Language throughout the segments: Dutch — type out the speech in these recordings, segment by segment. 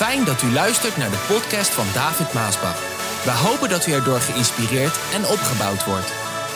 Fijn dat u luistert naar de podcast van David Maasbach. We hopen dat u erdoor geïnspireerd en opgebouwd wordt.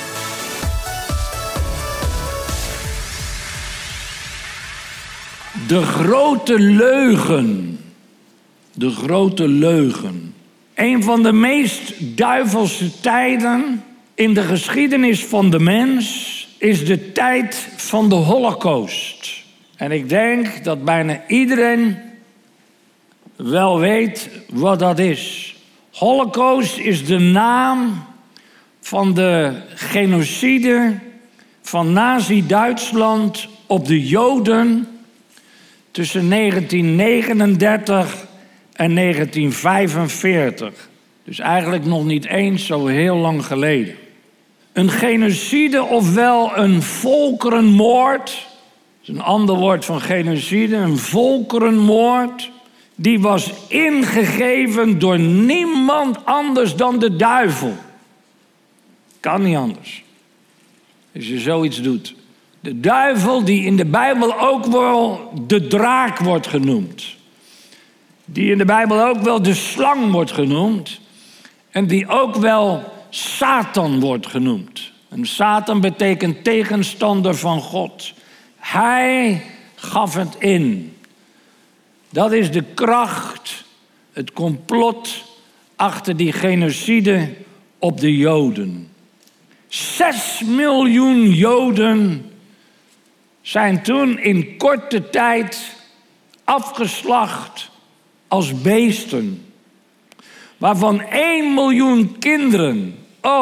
De grote leugen. De grote leugen. Een van de meest duivelse tijden in de geschiedenis van de mens is de tijd van de Holocaust. En ik denk dat bijna iedereen wel weet wat dat is. Holocaust is de naam van de genocide van Nazi-Duitsland op de Joden tussen 1939 en 1945. Dus eigenlijk nog niet eens zo heel lang geleden. Een genocide, ofwel een volkerenmoord, dat is een ander woord van genocide, een volkerenmoord, die was ingegeven door niemand anders dan de duivel. Kan niet anders. Als je zoiets doet. De duivel, die in de Bijbel ook wel de draak wordt genoemd. Die in de Bijbel ook wel de slang wordt genoemd. En die ook wel Satan wordt genoemd. En Satan betekent tegenstander van God. Hij gaf het in. Dat is de kracht, het complot achter die genocide op de Joden. 6 miljoen Joden zijn toen in korte tijd afgeslacht als beesten. Waarvan 1 miljoen kinderen.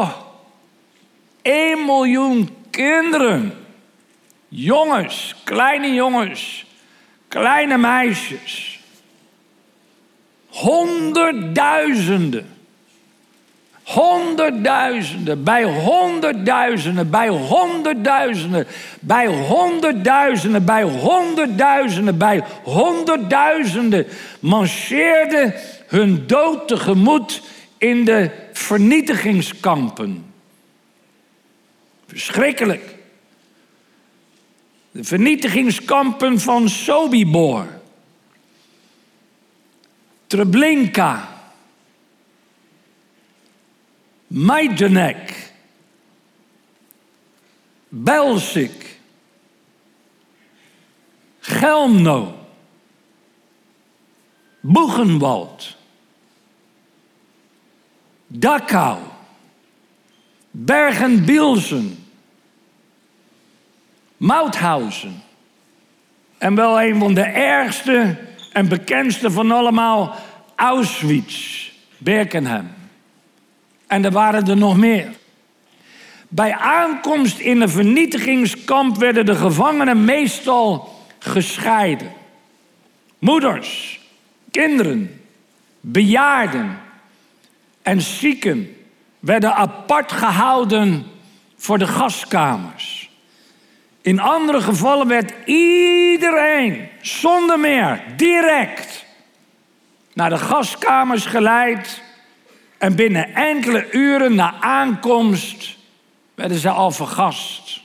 1 miljoen kinderen. Jongens, kleine meisjes. Honderdduizenden, bij honderdduizenden, bij honderdduizenden, bij honderdduizenden, bij honderdduizenden, bij honderdduizenden marcheerden hun dood tegemoet in de vernietigingskampen. Verschrikkelijk. De vernietigingskampen van Sobibor, Treblinka, Majdanek, Belzec, Chelmno, Buchenwald, Dachau, Bergen-Belsen, Mauthausen. En wel een van de ergste en bekendste van allemaal, Auschwitz, Birkenheim. En er waren er nog meer. Bij aankomst in een vernietigingskamp werden de gevangenen meestal gescheiden. Moeders, kinderen, bejaarden en zieken werden apart gehouden voor de gaskamers. In andere gevallen werd iedereen zonder meer direct naar de gaskamers geleid. En binnen enkele uren na aankomst werden ze al vergast.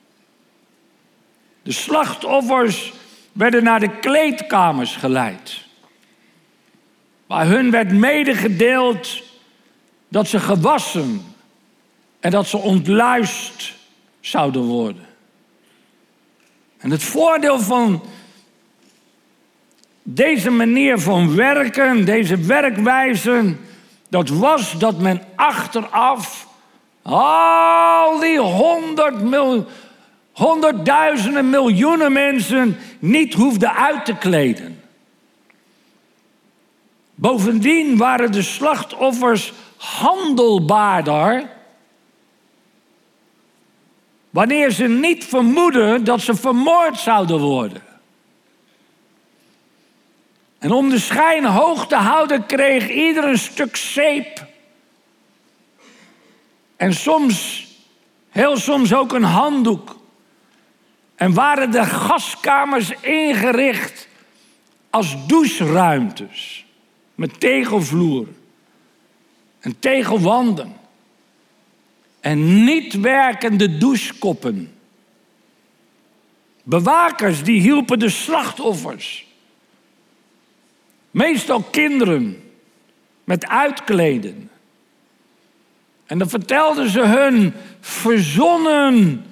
De slachtoffers werden naar de kleedkamers geleid. Waar hun werd medegedeeld dat ze gewassen en dat ze ontluist zouden worden. En het voordeel van deze manier van werken, deze werkwijze, dat was dat men achteraf al die honderdduizenden, miljoenen mensen niet hoefde uit te kleden. Bovendien waren de slachtoffers handelbaarder wanneer ze niet vermoeden dat ze vermoord zouden worden. En om de schijn hoog te houden kreeg ieder een stuk zeep. En heel soms ook een handdoek. En waren de gaskamers ingericht als doucheruimtes. Met tegelvloeren en tegelwanden. En niet werkende douchekoppen. Bewakers die hielpen de slachtoffers Meestal kinderen met uitkleden. En dan vertelden ze hun verzonnen,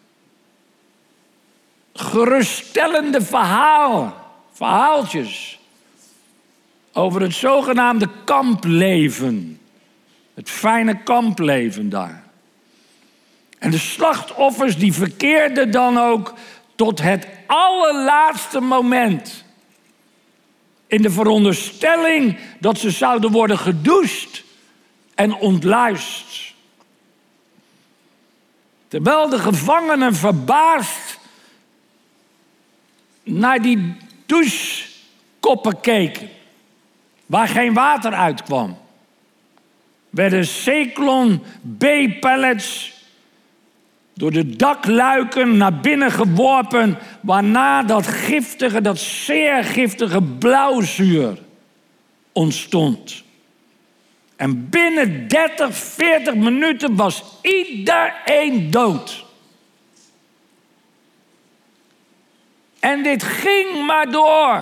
geruststellende verhaaltjes over het zogenaamde kampleven. Het fijne kampleven daar. En de slachtoffers die verkeerden dan ook tot het allerlaatste moment in de veronderstelling dat ze zouden worden gedoucht en ontluist. Terwijl de gevangenen verbaasd naar die douchekoppen keken, waar geen water uitkwam, werden Zyklon B-pellets door de dakluiken naar binnen geworpen, waarna dat zeer giftige blauwzuur ontstond. En binnen 30, 40 minuten was iedereen dood. En dit ging maar door.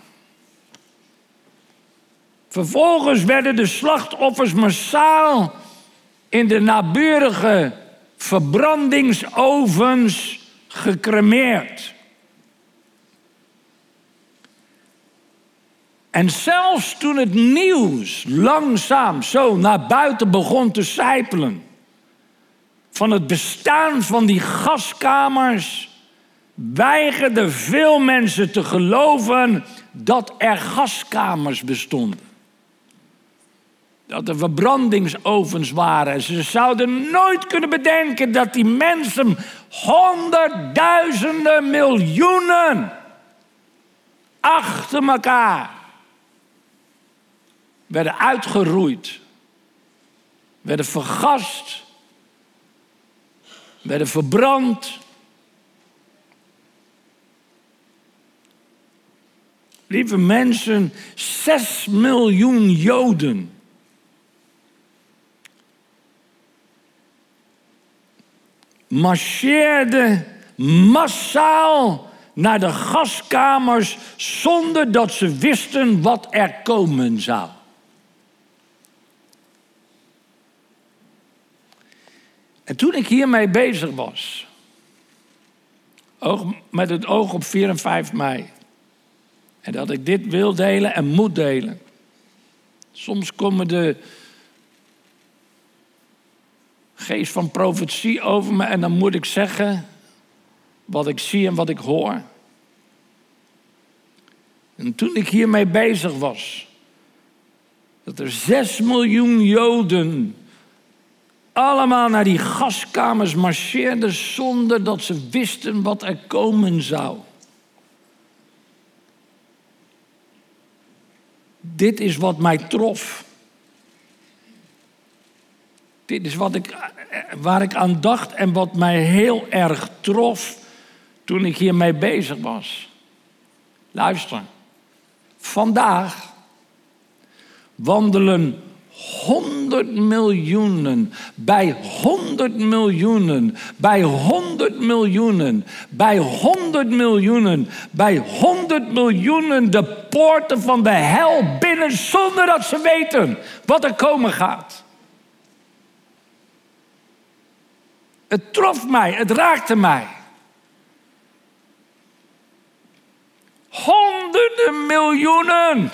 Vervolgens werden de slachtoffers massaal in de naburige verbrandingsovens gecremeerd. En zelfs toen het nieuws langzaam zo naar buiten begon te sijpelen van het bestaan van die gaskamers, weigerden veel mensen te geloven dat er gaskamers bestonden. Dat er verbrandingsovens waren. Ze zouden nooit kunnen bedenken dat die mensen honderdduizenden, miljoenen achter elkaar werden uitgeroeid, werden vergast, werden verbrand. Lieve mensen, 6 miljoen Joden marcheerden massaal naar de gaskamers zonder dat ze wisten wat er komen zou. En toen ik hiermee bezig was, met het oog op 4 en 5 mei... en dat ik dit wil delen en moet delen. Soms komen de geest van profetie over me en dan moet ik zeggen wat ik zie en wat ik hoor. En toen ik hiermee bezig was, dat er 6 miljoen Joden allemaal naar die gaskamers marcheerden zonder dat ze wisten wat er komen zou. Dit is wat mij trof. Dit is waar ik aan dacht en wat mij heel erg trof toen ik hiermee bezig was. Luister. Vandaag wandelen 100 miljoenen, bij 100 miljoenen, bij 100 miljoenen, bij 100 miljoenen, bij 100 miljoenen de poorten van de hel binnen zonder dat ze weten wat er komen gaat. Het trof mij, het raakte mij. Honderden miljoenen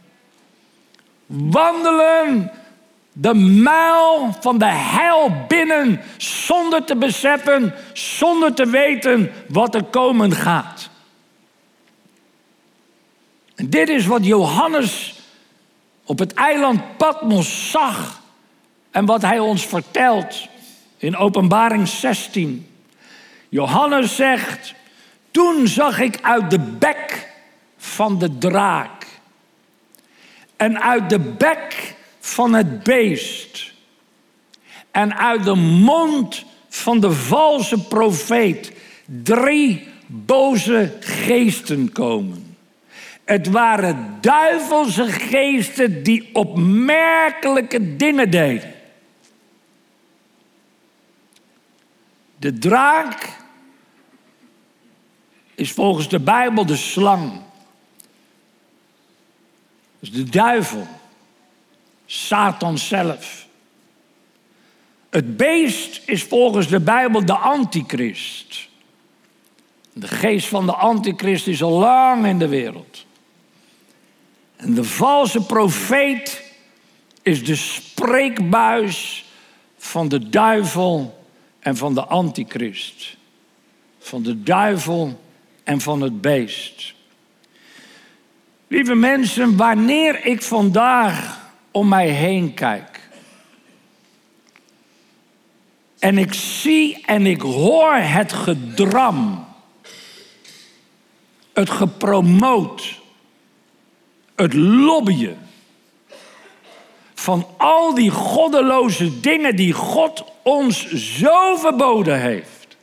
wandelen de muil van de hel binnen zonder te beseffen, zonder te weten wat er komen gaat. En dit is wat Johannes op het eiland Patmos zag en wat hij ons vertelt in Openbaring 16. Johannes zegt: toen zag ik uit de bek van de draak en uit de bek van het beest en uit de mond van de valse profeet 3 boze geesten komen. Het waren duivelse geesten die opmerkelijke dingen deden. De draak is volgens de Bijbel de slang. is de duivel. Satan zelf. Het beest is volgens de Bijbel de antichrist. De geest van de antichrist is al lang in de wereld. En de valse profeet is de spreekbuis van de duivel en van de antichrist. Van de duivel en van het beest. Lieve mensen, wanneer ik vandaag om mij heen kijk en ik zie en ik hoor het gedram, het gepromoot, het lobbyen van al die goddeloze dingen die God ons zo verboden heeft,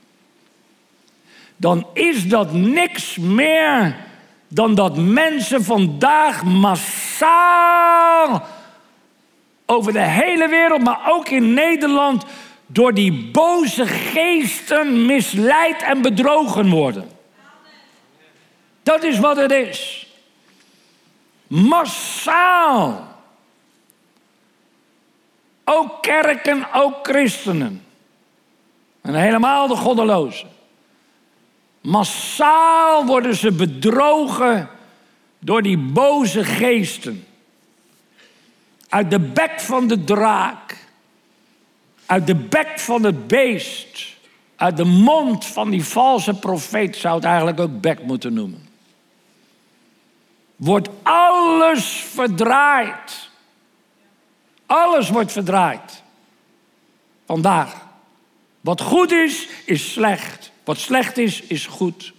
dan is dat niks meer dan dat mensen vandaag massaal over de hele wereld, maar ook in Nederland, door die boze geesten misleid en bedrogen worden. Dat is wat het is. Massaal. Ook kerken, ook christenen. En helemaal de goddelozen. Massaal worden ze bedrogen door die boze geesten. Uit de bek van de draak. Uit de bek van het beest. Uit de mond van die valse profeet, zou het eigenlijk ook bek moeten noemen. Wordt alles verdraaid. Alles wordt verdraaid. Vandaag. Wat goed is, is slecht. Wat slecht is, is goed.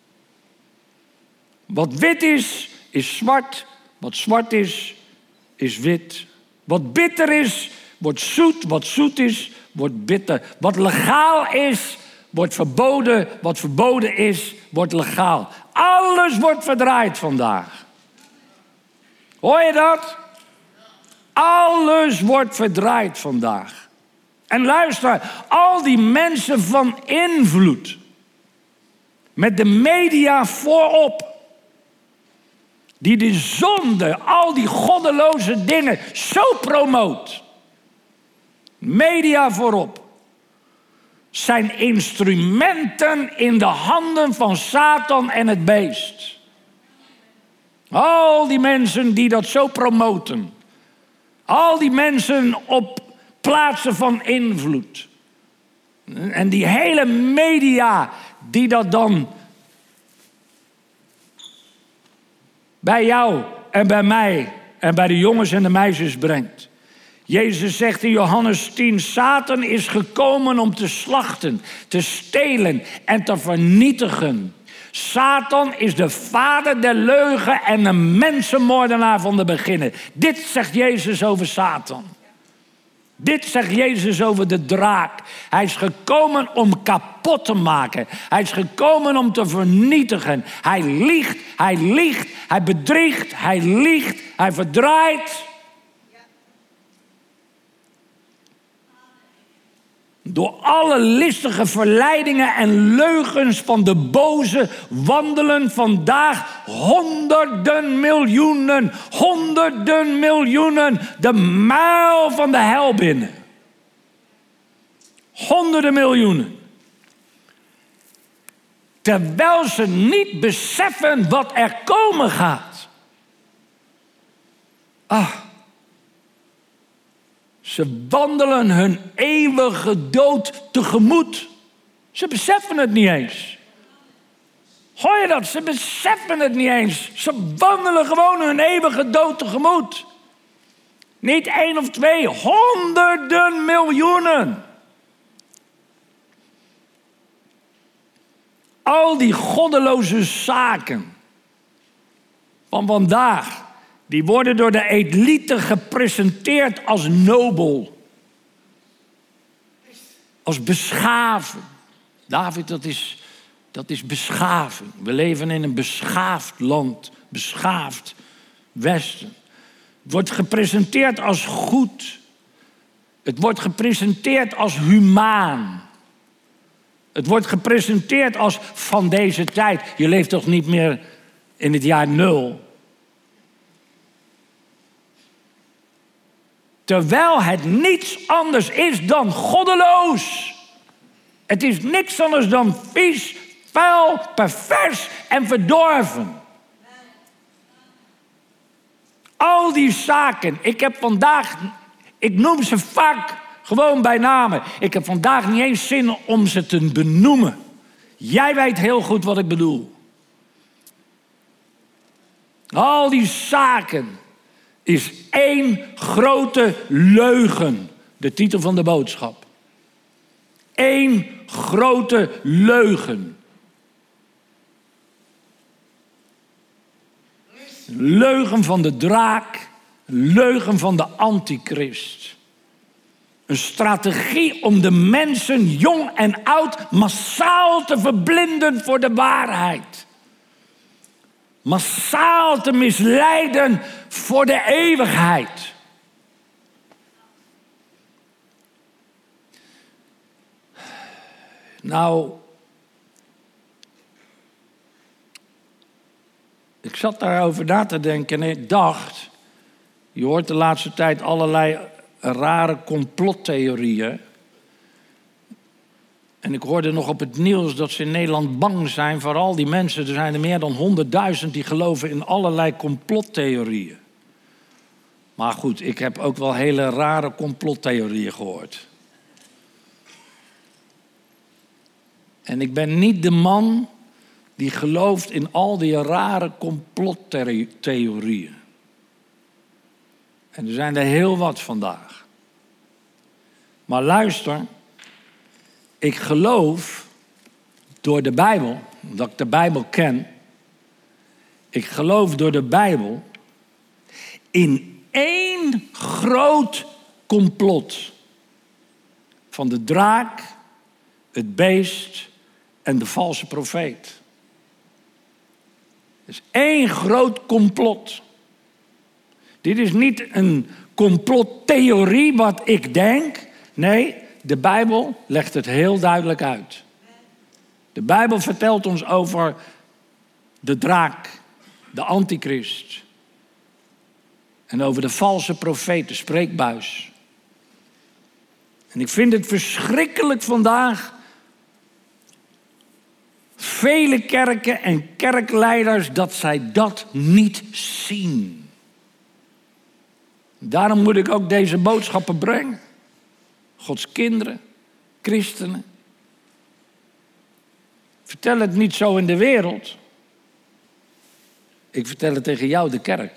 Wat wit is, is zwart. Wat zwart is, is wit. Wat bitter is, wordt zoet. Wat zoet is, wordt bitter. Wat legaal is, wordt verboden. Wat verboden is, wordt legaal. Alles wordt verdraaid vandaag. Hoor je dat? Alles wordt verdraaid vandaag. En luister, al die mensen van invloed, met de media voorop, die de zonde, al die goddeloze dingen zo promoot, media voorop, zijn instrumenten in de handen van Satan en het beest. Al die mensen die dat zo promoten, al die mensen op plaatsen van invloed. En die hele media die dat dan bij jou en bij mij en bij de jongens en de meisjes brengt. Jezus zegt in Johannes 10, Satan is gekomen om te slachten, te stelen en te vernietigen. Satan is de vader der leugen en de mensenmoordenaar van de beginnen. Dit zegt Jezus over Satan. Dit zegt Jezus over de draak. Hij is gekomen om kapot te maken. Hij is gekomen om te vernietigen. Hij liegt, hij bedriegt, hij liegt, hij verdraait. Door alle listige verleidingen en leugens van de boze wandelen vandaag honderden miljoenen de muil van de hel binnen. Honderden miljoenen. Terwijl ze niet beseffen wat er komen gaat. Ze wandelen hun eeuwige dood tegemoet. Ze beseffen het niet eens. Hoor je dat? Ze beseffen het niet eens. Ze wandelen gewoon hun eeuwige dood tegemoet. Niet 1 of 2, honderden miljoenen. Al die goddeloze zaken van vandaag, die worden door de elite gepresenteerd als nobel. Als beschaving. David, dat is beschaving. We leven in een beschaafd land. Beschaafd Westen. Het wordt gepresenteerd als goed. Het wordt gepresenteerd als humaan. Het wordt gepresenteerd als van deze tijd. Je leeft toch niet meer in het jaar 0? Terwijl het niets anders is dan goddeloos. Het is niks anders dan vies, vuil, pervers en verdorven. Al die zaken, ik noem ze vaak gewoon bij namen. Ik heb vandaag niet eens zin om ze te benoemen. Jij weet heel goed wat ik bedoel. Al die zaken is één grote leugen. De titel van de boodschap. Eén grote leugen. Leugen van de draak. Leugen van de antichrist. Een strategie om de mensen, jong en oud, massaal te verblinden voor de waarheid. Massaal te misleiden voor de eeuwigheid. Nou, ik zat daarover na te denken en ik dacht, je hoort de laatste tijd allerlei rare complottheorieën. En ik hoorde nog op het nieuws dat ze in Nederland bang zijn voor al die mensen. Er zijn er meer dan 100.000 die geloven in allerlei complottheorieën. Maar goed, ik heb ook wel hele rare complottheorieën gehoord. En ik ben niet de man die gelooft in al die rare complottheorieën. En er zijn er heel wat vandaag. Maar luister, ik geloof door de Bijbel, omdat ik de Bijbel ken. Ik geloof door de Bijbel in één groot complot. Van de draak, het beest en de valse profeet. Het is één groot complot. Dit is niet een complottheorie wat ik denk. Nee, de Bijbel legt het heel duidelijk uit. De Bijbel vertelt ons over de draak, de antichrist. En over de valse profeet, de spreekbuis. En ik vind het verschrikkelijk vandaag. Vele kerken en kerkleiders dat zij dat niet zien. Daarom moet ik ook deze boodschappen brengen. Gods kinderen, christenen. Vertel het niet zo in de wereld. Ik vertel het tegen jou, de kerk.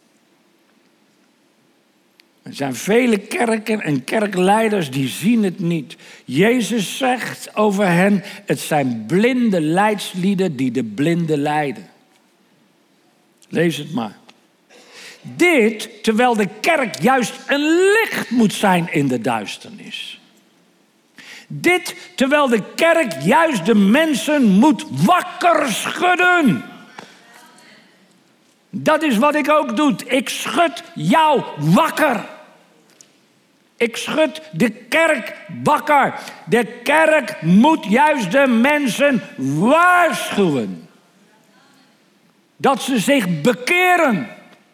Er zijn vele kerken en kerkleiders die zien het niet. Jezus zegt over hen, het zijn blinde leidslieden die de blinden leiden. Lees het maar. Dit terwijl de kerk juist een licht moet zijn in de duisternis. Dit terwijl de kerk juist de mensen moet wakker schudden. Dat is wat ik ook doe. Ik schud jou wakker. Ik schud de kerk wakker. De kerk moet juist de mensen waarschuwen. Dat ze zich bekeren.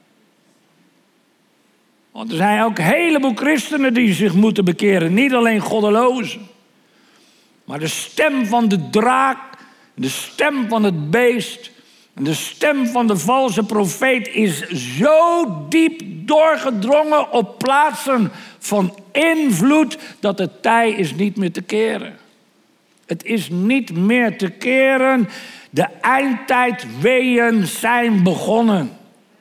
Want er zijn ook een heleboel christenen die zich moeten bekeren. Niet alleen goddelozen. Maar de stem van de draak, de stem van het beest en de stem van de valse profeet is zo diep doorgedrongen op plaatsen van invloed dat het tij is niet meer te keren. Het is niet meer te keren. De eindtijdweeën zijn begonnen.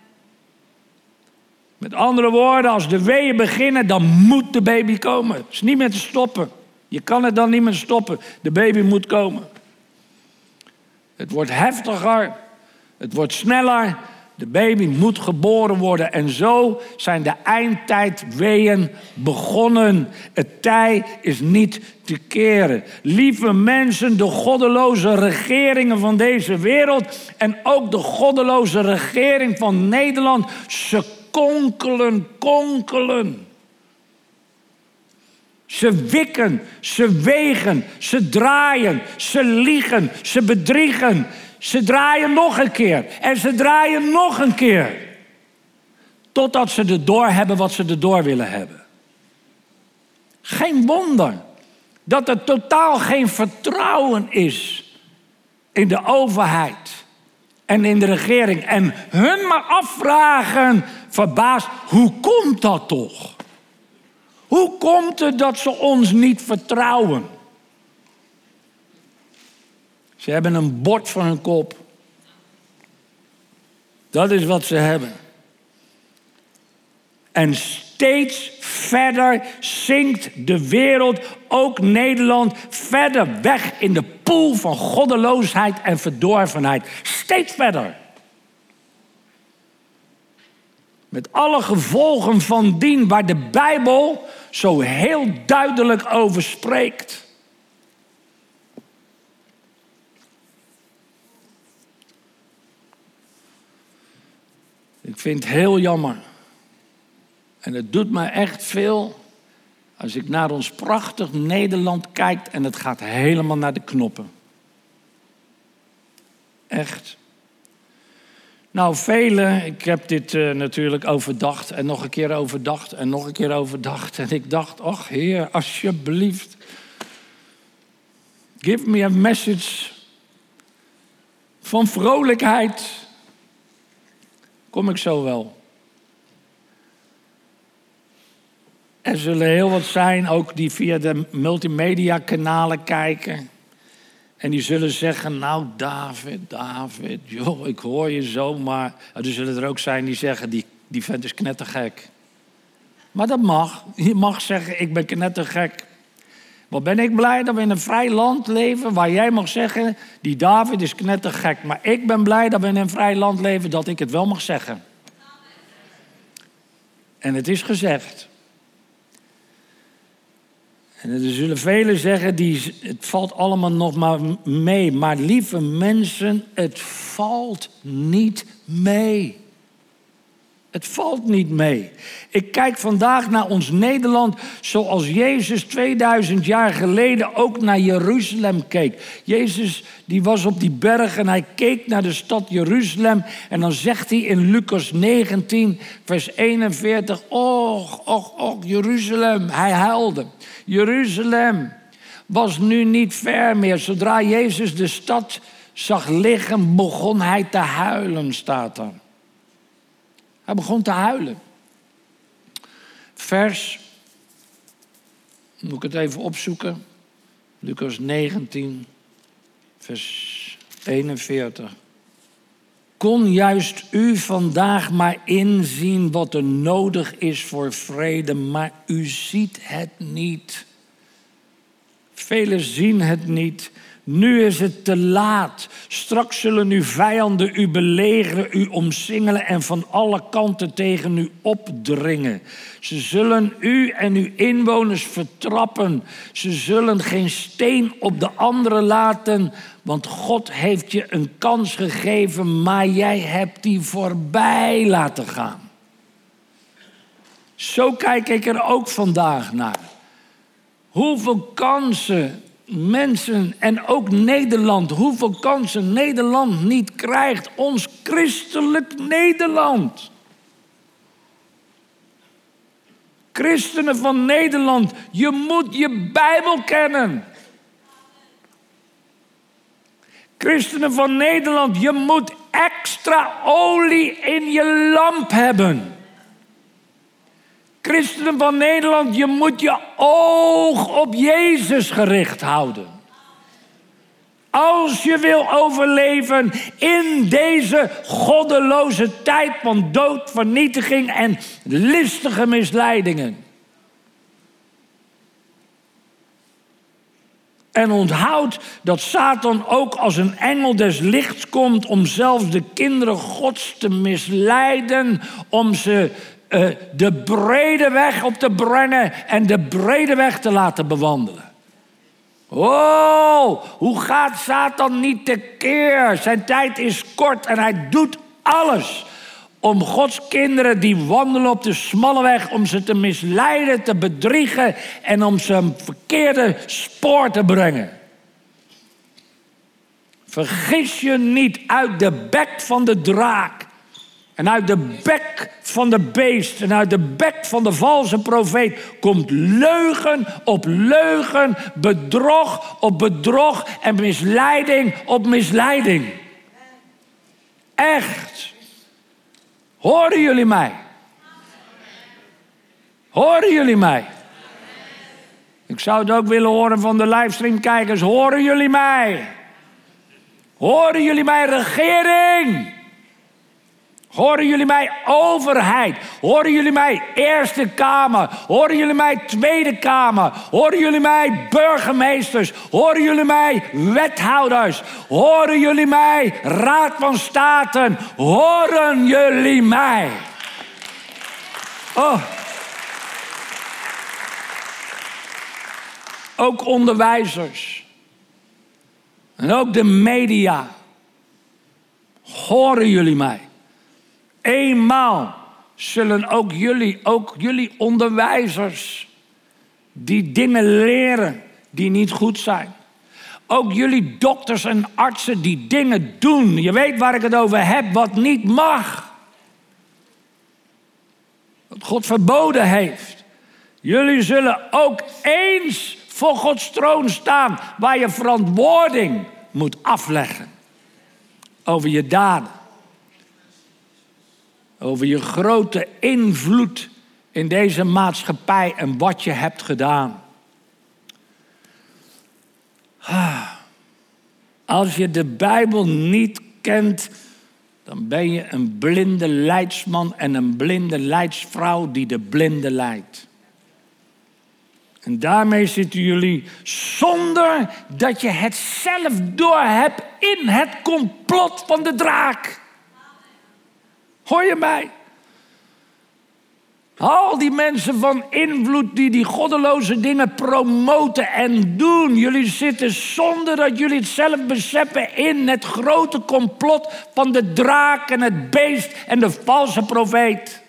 Met andere woorden, als de weeën beginnen, dan moet de baby komen. Het is niet meer te stoppen. Je kan het dan niet meer stoppen. De baby moet komen. Het wordt heftiger. Het wordt sneller. De baby moet geboren worden. En zo zijn de eindtijdweeën begonnen. Het tij is niet te keren. Lieve mensen, de goddeloze regeringen van deze wereld en ook de goddeloze regering van Nederland, ze konkelen. Ze wikken, ze wegen, ze draaien, ze liegen, ze bedriegen. Ze draaien nog een keer en ze draaien nog een keer. Totdat ze erdoor hebben wat ze erdoor willen hebben. Geen wonder dat er totaal geen vertrouwen is in de overheid en in de regering. En hun maar afvragen, verbaasd, hoe komt dat toch? Hoe komt het dat ze ons niet vertrouwen? Ze hebben een bord van hun kop. Dat is wat ze hebben. En steeds verder zinkt de wereld, ook Nederland, verder weg in de poel van goddeloosheid en verdorvenheid. Steeds verder. Met alle gevolgen van dien waar de Bijbel zo heel duidelijk over spreekt. Ik vind het heel jammer. En het doet me echt veel als ik naar ons prachtig Nederland kijk en het gaat helemaal naar de knoppen. Echt. Nou, velen, ik heb dit natuurlijk overdacht en nog een keer overdacht en nog een keer overdacht. En ik dacht, ach Heer, alsjeblieft. Give me a message van vrolijkheid. Kom ik zo wel. Er zullen heel wat zijn, ook die via de multimedia kanalen kijken. En die zullen zeggen, nou David, joh, ik hoor je zo, maar... Er zullen er ook zijn die zeggen, die vent is knettergek. Maar dat mag. Je mag zeggen, ik ben knettergek. Wat ben ik blij dat we in een vrij land leven waar jij mag zeggen, die David is knettergek. Maar ik ben blij dat we in een vrij land leven dat ik het wel mag zeggen. En het is gezegd. En er zullen velen zeggen, het valt allemaal nog maar mee. Maar lieve mensen, het valt niet mee. Het valt niet mee. Ik kijk vandaag naar ons Nederland zoals Jezus 2000 jaar geleden ook naar Jeruzalem keek. Jezus die was op die berg en hij keek naar de stad Jeruzalem. En dan zegt hij in Lucas 19 vers 41, och, Jeruzalem. Hij huilde. Jeruzalem was nu niet ver meer. Zodra Jezus de stad zag liggen, begon hij te huilen, staat er. Hij begon te huilen. Vers, moet ik het even opzoeken. Lucas 19, vers 41. Kon juist u vandaag maar inzien wat er nodig is voor vrede, maar u ziet het niet. Velen zien het niet. Nu is het te laat. Straks zullen uw vijanden u belegeren, u omsingelen en van alle kanten tegen u opdringen. Ze zullen u en uw inwoners vertrappen. Ze zullen geen steen op de andere laten, want God heeft je een kans gegeven, maar jij hebt die voorbij laten gaan. Zo kijk ik er ook vandaag naar. Hoeveel kansen mensen en ook Nederland, hoeveel kansen Nederland niet krijgt. Ons christelijk Nederland. Christenen van Nederland, je moet je Bijbel kennen. Christenen van Nederland, je moet extra olie in je lamp hebben. Christenen van Nederland, je moet je oog op Jezus gericht houden. Als je wil overleven in deze goddeloze tijd van dood, vernietiging en listige misleidingen. En onthoud dat Satan ook als een engel des lichts komt om zelfs de kinderen Gods te misleiden, om ze de brede weg op te brengen en de brede weg te laten bewandelen. Oh, hoe gaat Satan niet tekeer? Zijn tijd is kort en hij doet alles om Gods kinderen die wandelen op de smalle weg, om ze te misleiden, te bedriegen en om ze een verkeerde spoor te brengen. Vergis je niet, uit de bek van de draak En uit de bek van de beest en uit de bek van de valse profeet komt leugen op leugen, bedrog op bedrog en misleiding op misleiding. Echt. Horen jullie mij? Horen jullie mij? Ik zou het ook willen horen van de livestreamkijkers. Horen jullie mij? Horen jullie mij, regering? Horen jullie mij, overheid? Horen jullie mij, Eerste Kamer? Horen jullie mij, Tweede Kamer? Horen jullie mij, burgemeesters? Horen jullie mij, wethouders? Horen jullie mij, Raad van Staten? Horen jullie mij? Oh. Ook onderwijzers. En ook de media. Horen jullie mij? Eenmaal zullen ook jullie onderwijzers, die dingen leren die niet goed zijn. Ook jullie dokters en artsen die dingen doen. Je weet waar ik het over heb, wat niet mag. Wat God verboden heeft. Jullie zullen ook eens voor Gods troon staan, waar je verantwoording moet afleggen. Over je daden. Over je grote invloed in deze maatschappij en wat je hebt gedaan. Als je de Bijbel niet kent, dan ben je een blinde leidsman en een blinde leidsvrouw die de blinde leidt. En daarmee zitten jullie zonder dat je het zelf doorhebt in het complot van de draak. Hoor je mij? Al die mensen van invloed die goddeloze dingen promoten en doen. Jullie zitten zonder dat jullie het zelf beseffen in het grote complot van de draak en het beest en de valse profeet.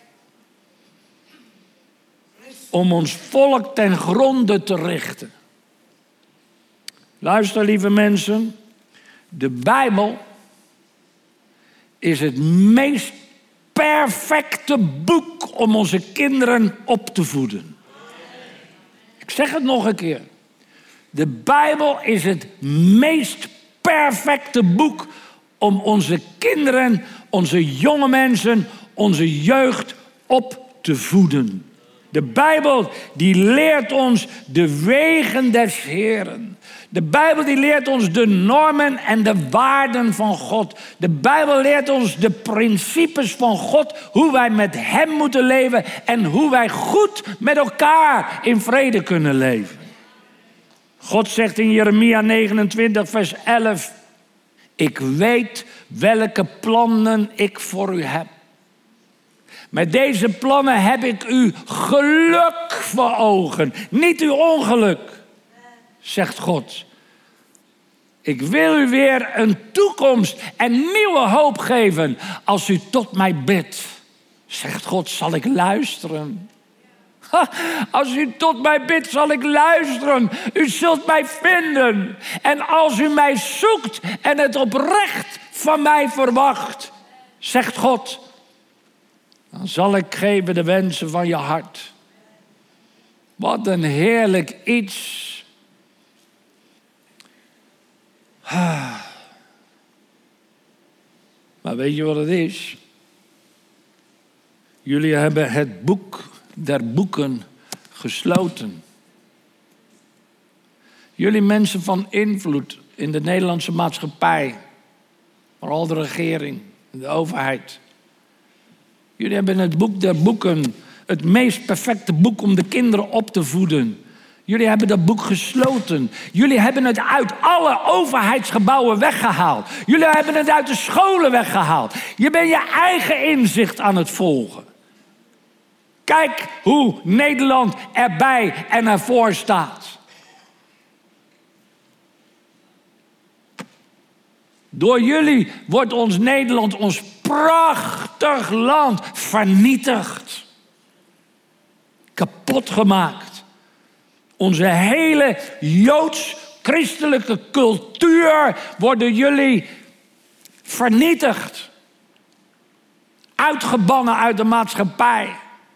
Om ons volk ten gronde te richten. Luister, lieve mensen. De Bijbel is het meest perfecte boek om onze kinderen op te voeden. Ik zeg het nog een keer. De Bijbel is het meest perfecte boek om onze kinderen, onze jonge mensen, onze jeugd op te voeden. De Bijbel die leert ons de wegen des Heeren. De Bijbel die leert ons de normen en de waarden van God. De Bijbel leert ons de principes van God. Hoe wij met Hem moeten leven. En hoe wij goed met elkaar in vrede kunnen leven. God zegt in Jeremia 29 vers 11. Ik weet welke plannen ik voor u heb. Met deze plannen heb ik u geluk voor ogen. Niet uw ongeluk, zegt God. Ik wil u weer een toekomst en nieuwe hoop geven. Als u tot mij bidt, zegt God, zal ik luisteren. Als u tot mij bidt, zal ik luisteren. U zult mij vinden. En als u mij zoekt en het oprecht van mij verwacht, zegt God, dan zal ik geven de wensen van je hart. Wat een heerlijk iets. Maar weet je wat het is? Jullie hebben het boek der boeken gesloten. Jullie mensen van invloed in de Nederlandse maatschappij. Vooral de regering, de overheid. Jullie hebben het boek der boeken, het meest perfecte boek om de kinderen op te voeden. Jullie hebben dat boek gesloten. Jullie hebben het uit alle overheidsgebouwen weggehaald. Jullie hebben het uit de scholen weggehaald. Je bent je eigen inzicht aan het volgen. Kijk hoe Nederland erbij en ervoor staat. Door jullie wordt ons Nederland, ons prachtig land, vernietigd. Kapot gemaakt. Onze hele joods-christelijke cultuur wordt door jullie vernietigd. uitgebannen uit de maatschappij.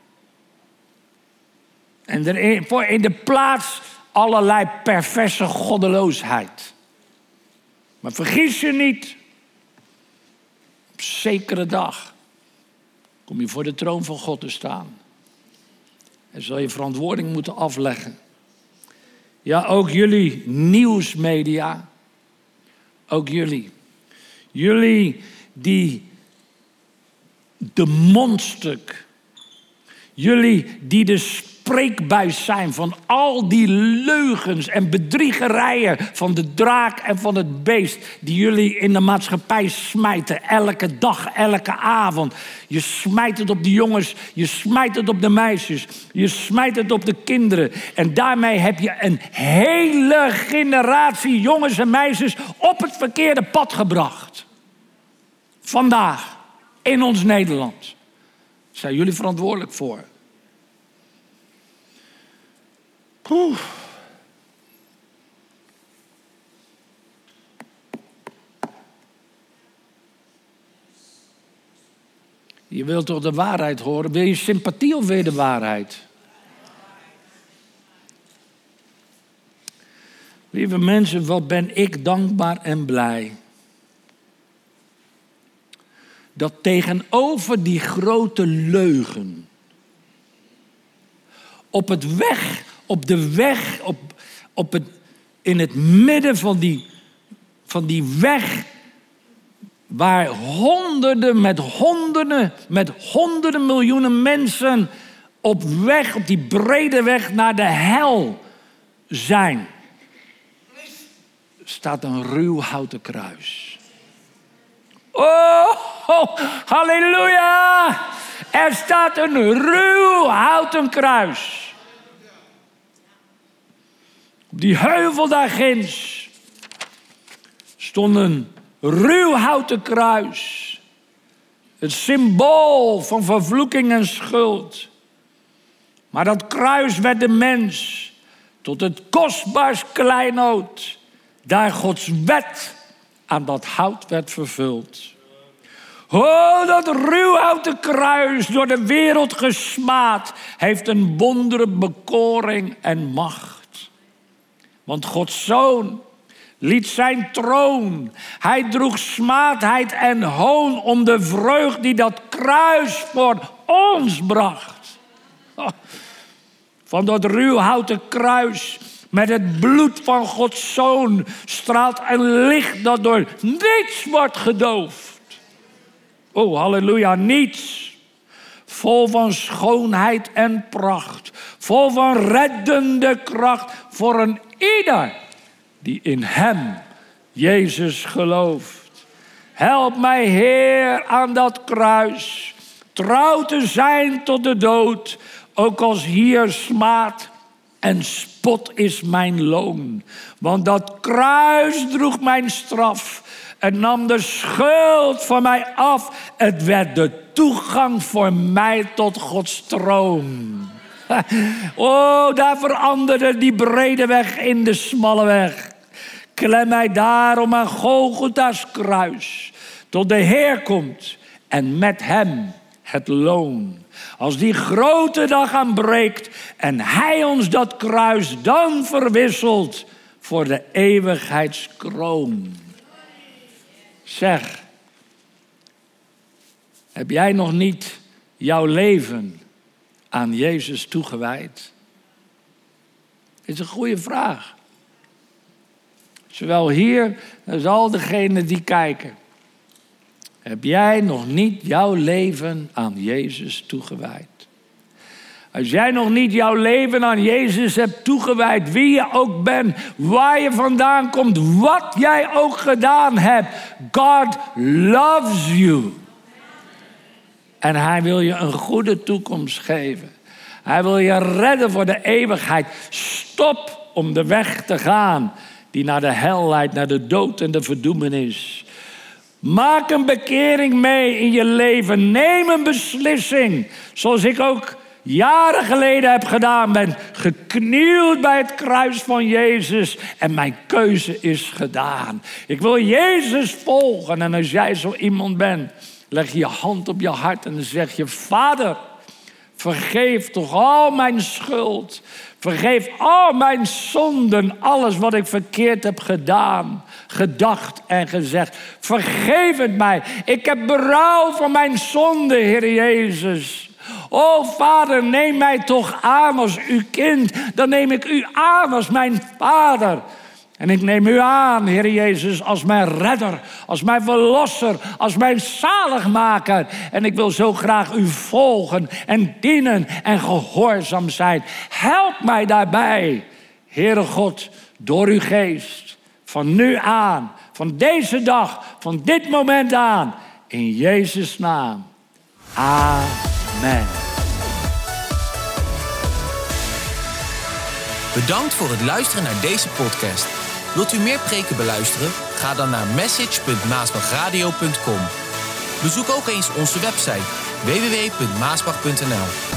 En er in de plaats allerlei perverse goddeloosheid. Maar vergis je niet. Op zekere dag kom je voor de troon van God te staan. En zal je verantwoording moeten afleggen. Ja, ook jullie nieuwsmedia. Ook jullie. Jullie die de mondstuk. Jullie die de spreekbuis zijn van al die leugens en bedriegerijen van de draak en van het beest die jullie in de maatschappij smijten. Elke dag, elke avond. Je smijt het op de jongens, je smijt het op de meisjes, je smijt het op de kinderen. En daarmee heb je een hele generatie jongens en meisjes op het verkeerde pad gebracht. Vandaag, in ons Nederland. Daar zijn jullie verantwoordelijk voor. Oeh. Je wilt toch de waarheid horen? Wil je sympathie of wil je de waarheid? Lieve mensen, wat ben ik dankbaar en blij. Dat tegenover die grote leugen. In het midden van die weg. Waar met honderden miljoenen mensen op die brede weg naar de hel zijn. Staat een ruw houten kruis. Oh, halleluja! Er staat een ruw houten kruis. Op die heuvel daar ginds stond een ruw houten kruis. Het symbool van vervloeking en schuld. Maar dat kruis werd de mens tot het kostbaarst kleinood. Daar Gods wet aan dat hout werd vervuld. Oh, dat ruwhouten kruis door de wereld gesmaad heeft een wondere bekoring en macht. Want Gods Zoon liet zijn troon. Hij droeg smaadheid en hoon om de vreugd die dat kruis voor ons bracht. Van dat ruwhouten kruis met het bloed van Gods Zoon straalt een licht dat door niets wordt gedoofd. Oh, halleluja, niets. Vol van schoonheid en pracht. Vol van reddende kracht voor een ieder die in hem, Jezus, gelooft. Help mij, Heer, aan dat kruis. Trouw te zijn tot de dood. Ook als hier smaad en spot is mijn loon. Want dat kruis droeg mijn straf. Het nam de schuld van mij af. Het werd de toegang voor mij tot Gods troon. Oh, daar veranderde die brede weg in de smalle weg. Klem mij daarom aan Golgotha's kruis. Tot de Heer komt en met hem het loon. Als die grote dag aanbreekt en hij ons dat kruis dan verwisselt voor de eeuwigheidskroon. Zeg, heb jij nog niet jouw leven aan Jezus toegewijd? Dat is een goede vraag. Zowel hier als al degenen die kijken. Heb jij nog niet jouw leven aan Jezus toegewijd? Als jij nog niet jouw leven aan Jezus hebt toegewijd, wie je ook bent, waar je vandaan komt, wat jij ook gedaan hebt, God loves you. En hij wil je een goede toekomst geven. Hij wil je redden voor de eeuwigheid. Stop om de weg te gaan die naar de hel leidt, naar de dood en de verdoemenis. Maak een bekering mee in je leven. Neem een beslissing, zoals ik ook jaren geleden heb gedaan. Ben geknield bij het kruis van Jezus en mijn keuze is gedaan. Ik wil Jezus volgen en als jij zo iemand bent, leg je hand op je hart en dan zeg je: Vader, vergeef toch al mijn schuld. Vergeef al mijn zonden, alles wat ik verkeerd heb gedaan, gedacht en gezegd. Vergeef het mij. Ik heb berouw van mijn zonde, Heer Jezus. O Vader, neem mij toch aan als uw kind. Dan neem ik u aan als mijn Vader. En ik neem u aan, Heer Jezus, als mijn redder, als mijn verlosser, als mijn zaligmaker. En ik wil zo graag u volgen en dienen en gehoorzaam zijn. Help mij daarbij, Heere God, door uw geest. Van nu aan, van deze dag, van dit moment aan. In Jezus' naam. Amen. Bedankt voor het luisteren naar deze podcast. Wilt u meer preken beluisteren? Ga dan naar message.maasbachradio.com. Bezoek ook eens onze website www.maasbach.nl.